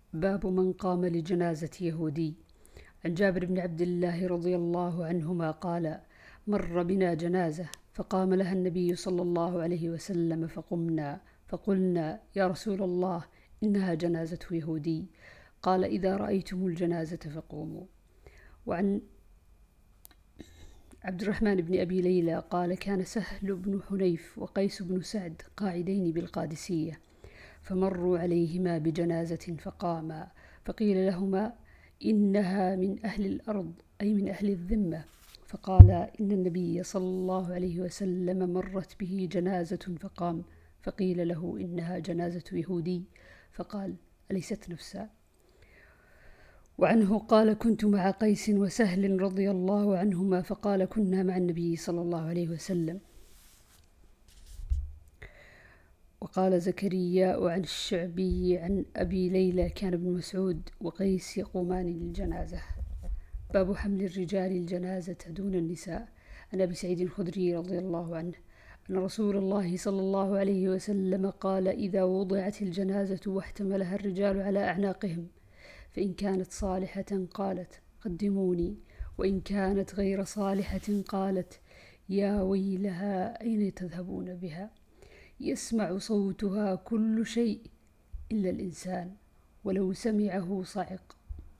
باب من قام لجنازة يهودي. عن جابر بن عبد الله رضي الله عنهما قال: مر بنا جنازة فقام لها النبي صلى الله عليه وسلم فقمنا فقلنا: يا رسول الله، إنها جنازة يهودي. قال: إذا رأيتم الجنازة فقوموا. وعن عبد الرحمن بن أبي ليلى قال: كان سهل بن حنيف وقيس بن سعد قاعدين بالقادسية، فمروا عليهما بجنازة فقاما، فقيل لهما: إنها من أهل الأرض، أي من أهل الذمة. فقال: إن النبي صلى الله عليه وسلم مرت به جنازة فقام، فقيل له: إنها جنازة يهودي. فقال: أليست نفسا؟ وعنه قال: كنت مع قيس وسهل رضي الله عنهما، فقال: كنا مع النبي صلى الله عليه وسلم. وقال زكريا عن الشعبي عن أبي ليلى: كان ابن مسعود وقيس يقومان للجنازة. باب حمل الرجال الجنازة دون النساء. عن أبي سعيد الخدري رضي الله عنه أن رسول الله صلى الله عليه وسلم قال: إذا وضعت الجنازة واحتملها الرجال على أعناقهم، فإن كانت صالحة قالت: قدموني، وإن كانت غير صالحة قالت: يا ويلها، أين تذهبون بها؟ يسمع صوتها كل شيء إلا الإنسان، ولو سمعه صعق.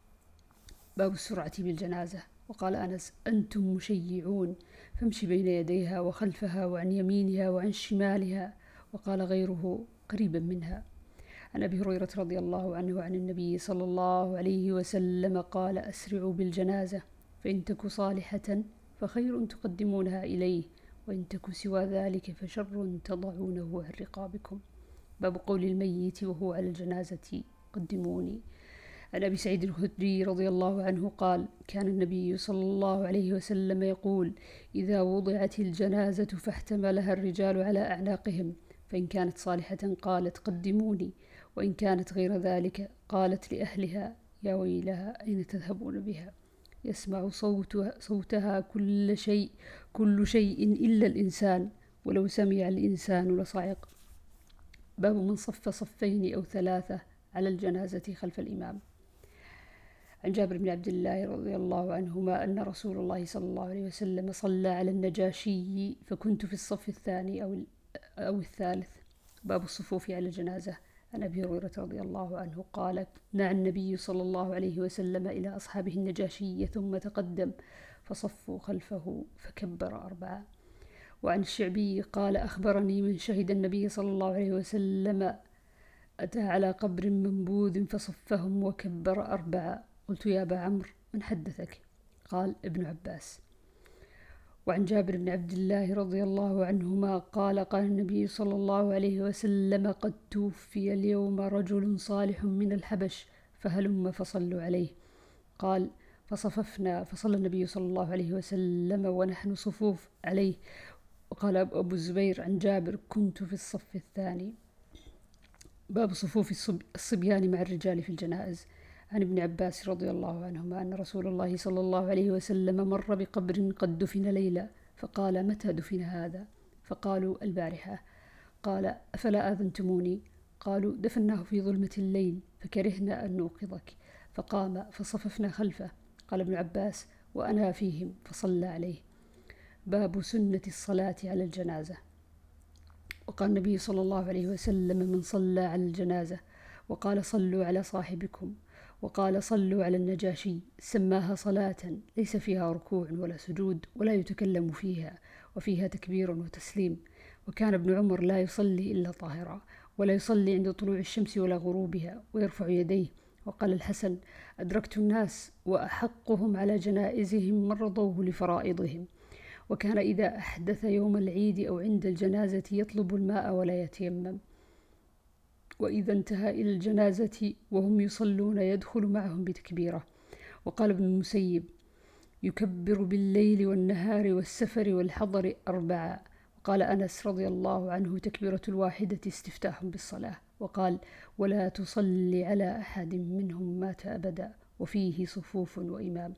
باب السرعة بالجنازة. وقال أنس: أنتم مشيعون، فامشي بين يديها وخلفها وعن يمينها وعن شمالها. وقال غيره: قريبا منها. عن أبي هريرة رضي الله عنه عن النبي صلى الله عليه وسلم قال: أسرعوا بالجنازة، فإن تك صالحة فخير تقدمونها إليه، وإن تك سوى ذلك فشر تضعونه عن رقابكم. باب قول الميت وهو على الجنازة: قدموني. عن أبي سعيد الخدري رضي الله عنه قال: كان النبي صلى الله عليه وسلم يقول: إذا وضعت الجنازة فاحتملها الرجال على أعناقهم، فإن كانت صالحة قالت: قدموني، وإن كانت غير ذلك قالت لأهلها: يا ويلها، أين تذهبون بها؟ يسمع صوتها كل شيء إلا الإنسان، ولو سمع الإنسان لصعق. باب من صف صفين أو ثلاثة على الجنازة خلف الإمام. عن جابر بن عبد الله رضي الله عنهما أن رسول الله صلى الله عليه وسلم صلى على النجاشي، فكنت في الصف الثاني أو الثالث. باب الصفوف على الجنازة. عن أبي هريرة رضي الله عنه قال: نعى النبي صلى الله عليه وسلم إلى أصحابه النجاشي ثم تقدم فصفوا خلفه فكبر 4. وعن الشعبي قال: أخبرني من شهد النبي صلى الله عليه وسلم أتى على قبر منبوذ فصفهم وكبر 4. قلت: يا أبا عمرو، من حدثك؟ قال: ابن عباس. وعن جابر بن عبد الله رضي الله عنهما قال: قال النبي صلى الله عليه وسلم: قد توفي اليوم رجل صالح من الحبش، فهلم فصلوا عليه. قال: فصففنا، فصلى النبي صلى الله عليه وسلم ونحن صفوف عليه. وقال أبو الزبير عن جابر: كنت في الصف الثاني. باب صفوف الصبيان مع الرجال في الجنائز. عن ابن عباس رضي الله عنهما أن رسول الله صلى الله عليه وسلم مر بقبر قد دفن ليلة، فقال: متى دفن هذا؟ فقالوا: البارحة. قال: أفلا آذنتموني؟ قالوا: دفناه في ظلمة الليل فكرهنا أن نوقظك. فقام فصففنا خلفه. قال ابن عباس: وأنا فيهم، فصلى عليه. باب سنة الصلاة على الجنازة. وقال النبي صلى الله عليه وسلم: من صلى على الجنازة وقال: صلوا على صاحبكم، وقال: صلوا على النجاشي، سماها صلاة ليس فيها ركوع ولا سجود ولا يتكلم فيها، وفيها تكبير وتسليم. وكان ابن عمر لا يصلي إلا طاهرا، ولا يصلي عند طلوع الشمس ولا غروبها، ويرفع يديه. وقال الحسن: أدركت الناس وأحقهم على جنائزهم من رضوه لفرائضهم. وكان إذا أحدث يوم العيد أو عند الجنازة يطلب الماء ولا يتيمم. وإذا انتهى إلى الجنازة وهم يصلون يدخل معهم بتكبيرة. وقال ابن المسيب: يكبر بالليل والنهار والسفر والحضر 4. وقال أنس رضي الله عنه: تكبيرة الواحدة استفتاح بالصلاة. وقال: ولا تصلي على أحد منهم مات أبدا، وفيه صفوف وإمام.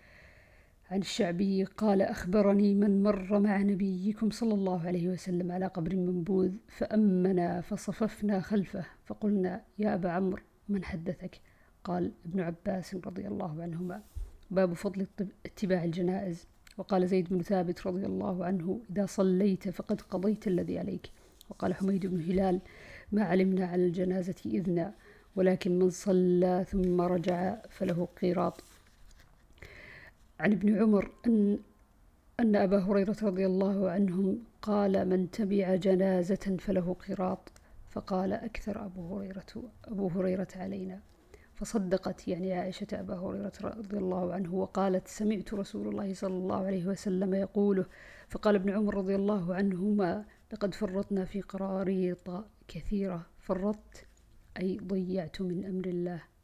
عن الشعبي قال: أخبرني من مر مع نبيكم صلى الله عليه وسلم على قبر منبوذ فأمنا فصففنا خلفه، فقلنا: يا أبا عمرو، من حدثك؟ قال ابن عباس رضي الله عنهما: باب فضل اتباع الجنائز. وقال زيد بن ثابت رضي الله عنه: إذا صليت فقد قضيت الذي عليك. وقال حميد بن هلال: ما علمنا على الجنازة إذنا، ولكن من صلى ثم رجع فله قيراط. عن ابن عمر أن أبا هريرة رضي الله عنهم قال: من تبع جنازة فله قيراط. فقال: أكثر أبو هريرة علينا. فصدقت يعني عائشة أبا هريرة رضي الله عنه وقالت: سمعت رسول الله صلى الله عليه وسلم يقوله. فقال ابن عمر رضي الله عنهما: لقد فرطنا في قراريط كثيرة. فرطت أي ضيعت من أمر الله.